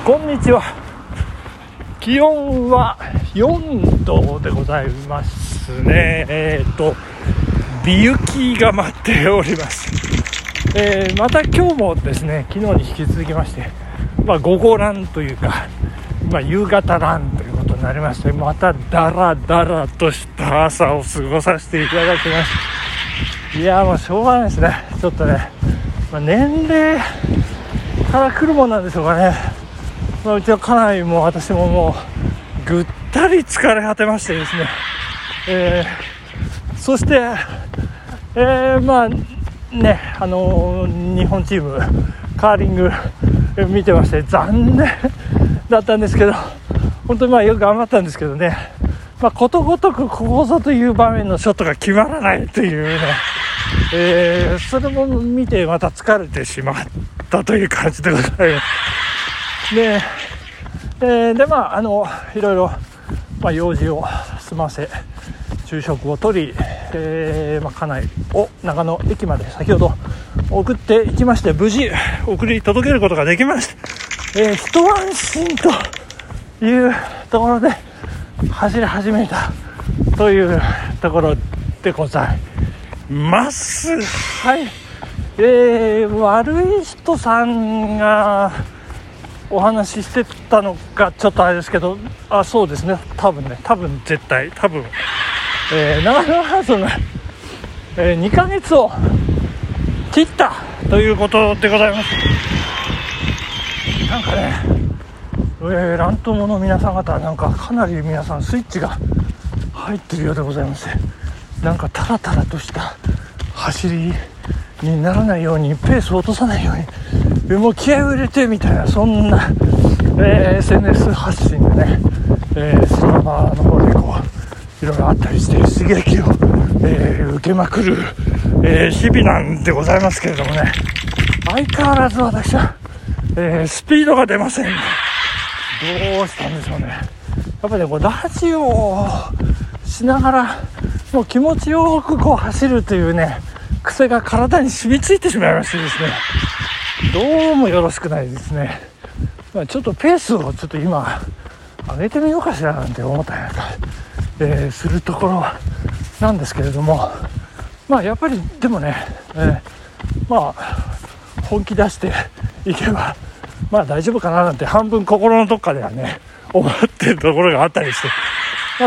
こんにちは。気温は4度でございますね。微雪が待っております。また今日もですね、昨日に引き続きまして、午後ランというか、夕方ランということになりまして、またダラダラとした朝を過ごさせていただきます。いやもうしょうがないですね。ちょっとね、年齢から来るもんなんでしょうかね。うちは家内も私ももうぐったり疲れ果てましてですね、そして、日本チームカーリング見てまして残念だったんですけど、本当によく頑張ったんですけどね、ことごとくここぞという場面のショットが決まらないというね、それも見てまた疲れてしまったという感じでございます。で、いろいろ、用事を済ませ昼食をとり、家内を長野駅まで先ほど送っていきまして、無事送り届けることができました。一安心というところで走り始めたというところでございます。はい。悪い人さんがお話ししてたのかちょっとあれですけど、そうですね、多分長野マラソンが、2ヶ月を切ったということでございます。なんかね、乱闘の皆さん方、かなり皆さんスイッチが入ってるようでございまして、タラタラとした走りにならないように、ペースを落とさないようにもう気合を入れてみたいな、そんな、SNS 発信でね、ストラバの方でいろいろあったりして刺激を、受けまくる、日々なんでございますけれどもね、相変わらず私は、スピードが出ません。どうしたんでしょうね。やっぱりラジオをしながらもう気持ちよく走るというね癖が体に染みついてしまいましてですね、どうもよろしくないですね。ちょっとペースをちょっと今上げてみようかしらなんて思ったりなんか、するところなんですけれども、やっぱりでもね、本気出していけば大丈夫かななんて半分心のどっかではね思ってるところがあったりして、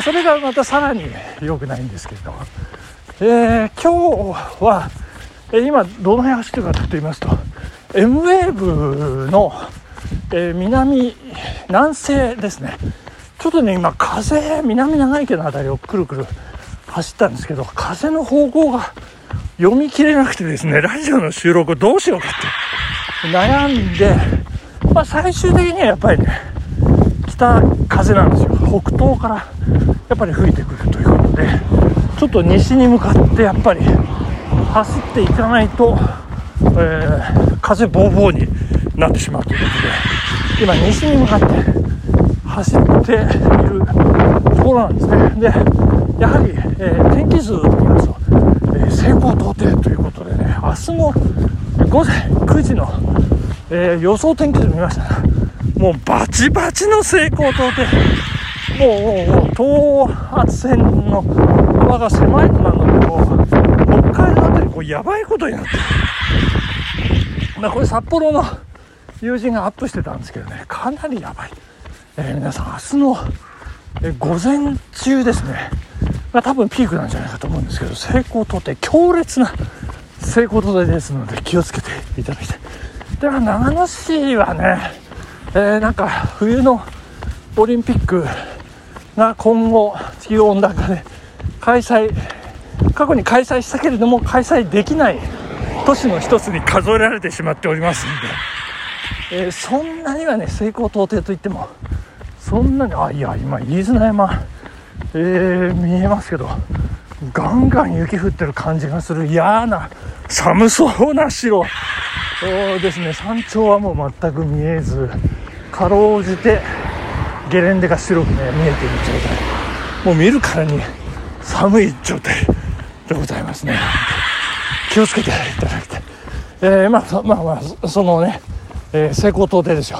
それがまたさらに良くないんですけれども、今日は、今どの辺走ってるかと言いますと、M ウェーブの、南西ですね。ちょっとね今南長池のあたりをくるくる走ったんですけど、風の方向が読み切れなくてですね、ラジオの収録をどうしようかって悩んで、最終的にはやっぱりね北風なんですよ。北東からやっぱり吹いてくるということで、ちょっと西に向かってやっぱり走っていかないと、風ボーボーになってしまうということで、今西に向かって走っているところなんですね。でやはり、天気図を見ますと、西高東低ということでね、明日の午前9時の、予想天気図見ましたら、もうバチバチの西高東低、もう等圧線の幅が狭いのなので、北海道あたりやばいことになってる。これ札幌の友人がアップしてたんですけどね、かなりやばい。皆さん明日の、午前中ですね、多分ピークなんじゃないかと思うんですけど、西高東低、強烈な西高東低ですので気をつけていただきたい。では長野市はね、冬のオリンピックが今後地球温暖化で過去に開催したけれども開催できない都市の一つに数えられてしまっておりますので、そんなにはね西高東低といってもそんなに今飯綱山、見えますけど、ガンガン雪降ってる感じがする嫌な寒そうな白ですね。山頂はもう全く見えず、かろうじてゲレンデが白くね見えている状態、もう見るからに寒い状態でございますね。気をつけていただきたい。そのね、西高東低ですよ。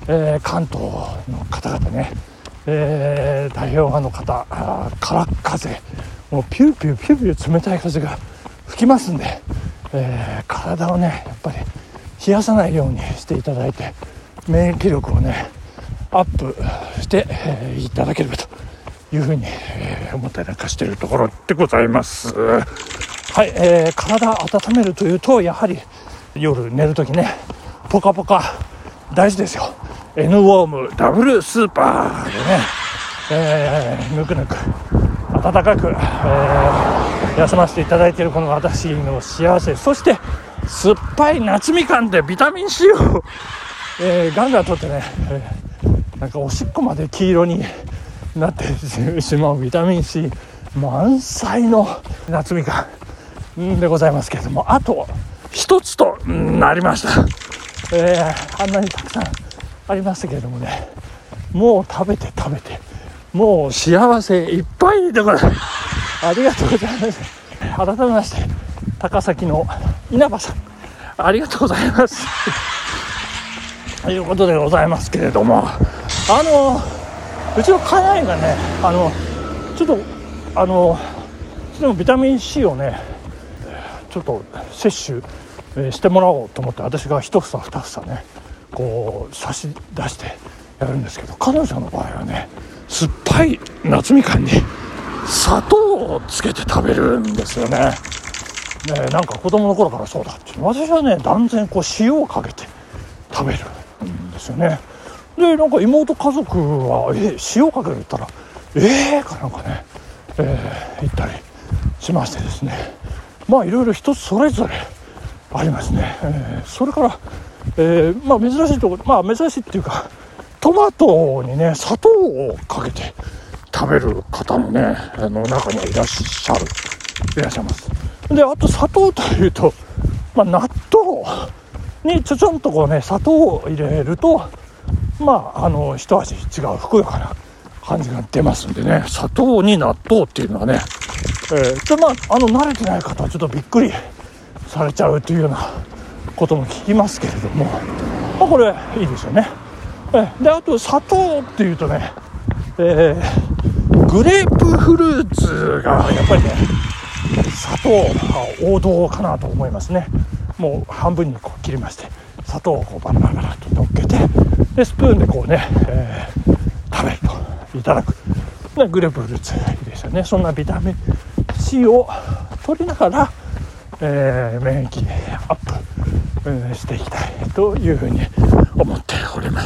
関東の方々ね、太平洋側の方から風、もうピューピューピューピュー冷たい風が吹きますんで、体をねやっぱり冷やさないようにしていただいて、免疫力をねアップして、いただければというふうに、思ったりなんかしているところでございます。はい、体温めるというとやはり夜寝るときね、ポカポカ大事ですよ。 N ウォームダブルスーパーでね、ぬくぬく暖かく、休ませていただいているこの私の幸せ、そして酸っぱい夏みかんでビタミン C を、ガンガンとってね、なんかおしっこまで黄色になってしまうビタミン C 満載の夏みかんでございますけれども、あと一つとなりました。あんなにたくさんありましたけれどもね、もう食べてもう幸せいっぱいでございます。ありがとうございます。改めまして高崎の稲葉さん、ありがとうございますということでございますけれども、うちの家内がねちょっとビタミン C をねちょっと摂取、してもらおうと思って、私が1房2房ねこう差し出してやるんですけど、彼女の場合はね酸っぱい夏みかんに砂糖をつけて食べるんですよね。なんか子供の頃からそうだって、私はね断然こう塩をかけて食べるんですよね。でなんか妹家族は塩かけるって言ったらかなんかね、言ったりしましてですね、まあいろいろ一つそれぞれありますね。それから、珍しいところ、珍しいっていうかトマトにね砂糖をかけて食べる方もね中にはいらっしゃいます。であと砂糖というと、納豆にちょんとこうね砂糖を入れると一味違うふくよかな感じが出ますんでね、砂糖に納豆っていうのはね、慣れてない方はちょっとびっくりされちゃうというようなことも聞きますけれども、これいいですよね。であと砂糖っていうとね、グレープフルーツがやっぱりね砂糖が王道かなと思いますね。もう半分にこう切りまして、砂糖をこうバラバラバラと乗っけて、でスプーンでこうね、食べるといただく、グレープフルーツいいですよね。そんなビタミン C を取りながら、免疫アップ、していきたいというふうに思っております。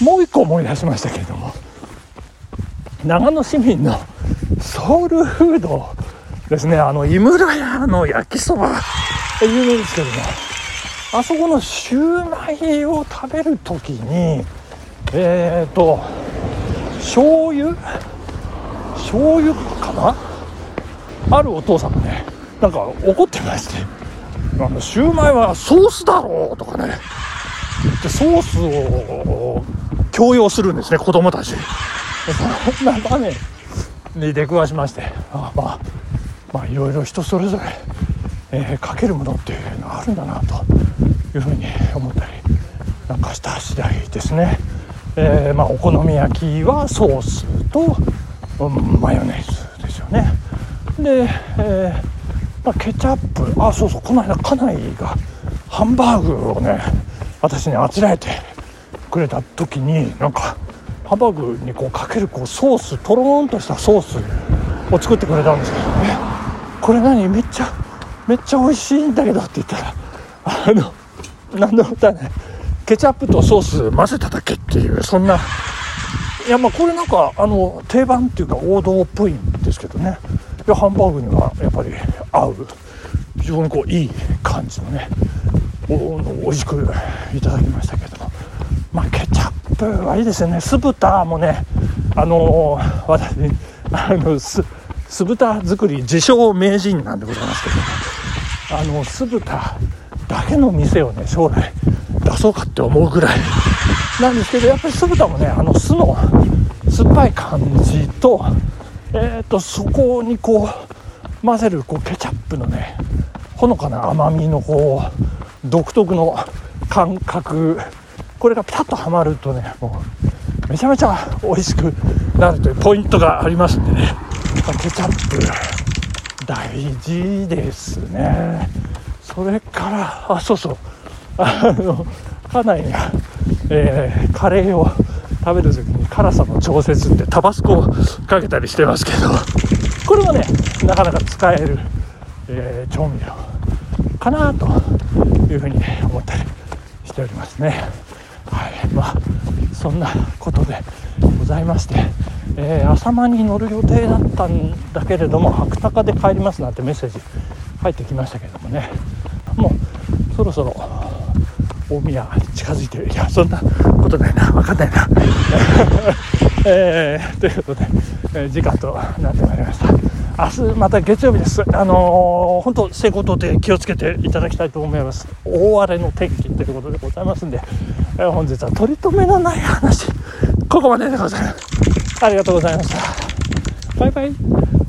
もう一個思い出しましたけれども、長野市民のソウルフードですね、井村屋の焼きそば有名ですけども、あそこのシューマイを食べるときに醤油かな、あるお父さんがねなんか怒ってまして、シューマイはソースだろうとかねでソースを強要するんですね、子供たち。そんな場面に出くわしまして、いろいろ人それぞれ、かけるものっていうのがあるんだなというふうに思ったりなんかした次第ですね。お好み焼きはソースと、マヨネーズですよね。で、ケチャップ、この間家内がハンバーグをね私にあつらえてくれた時に、なんかハンバーグにこうかけるこうソース、とろーんとしたソースを作ってくれたんですけどね、これ何めっちゃ美味しいんだけどって言ったら、なんだろうね、ケチャップとソース混ぜただけっていう、そんな、いやこれなんか定番っていうか王道っぽいんですけどね、ハンバーグにはやっぱり合う、非常にこういい感じのね美味しくいただきましたけども、ケチャップはいいですよね。酢豚もね私酢豚作り自称名人なんでございますけど、酢豚だけの店をね将来出そうかって思うぐらいなんですけど、やっぱり酢豚もね酢の酸っぱい感じと、そこにこう混ぜるこうケチャップのねほのかな甘みのこう独特の感覚これがピタッとはまるとね、もうめちゃめちゃ美味しくなるというポイントがありますんでね、ケチャップ大事ですね。それからそうそう、家内が、カレーを食べるときに辛さの調節ってタバスコをかけたりしてますけど、これもねなかなか使える、調味料かなというふうに思ったりしておりますね。はい、そんなことでございまして、朝間に乗る予定だったんだけれども白鷹で帰りますなんてメッセージ入ってきましたけれどもね、もうそろそろ大宮近づいてる。いやそんなことないな、分かんないなということで、時間となってまいりました。明日また月曜日です。本当西高東低気をつけていただきたいと思います。大荒れの天気ということでございますんで、本日は取り留めのない話ここまででございます。ありがとうございました。バイバイ。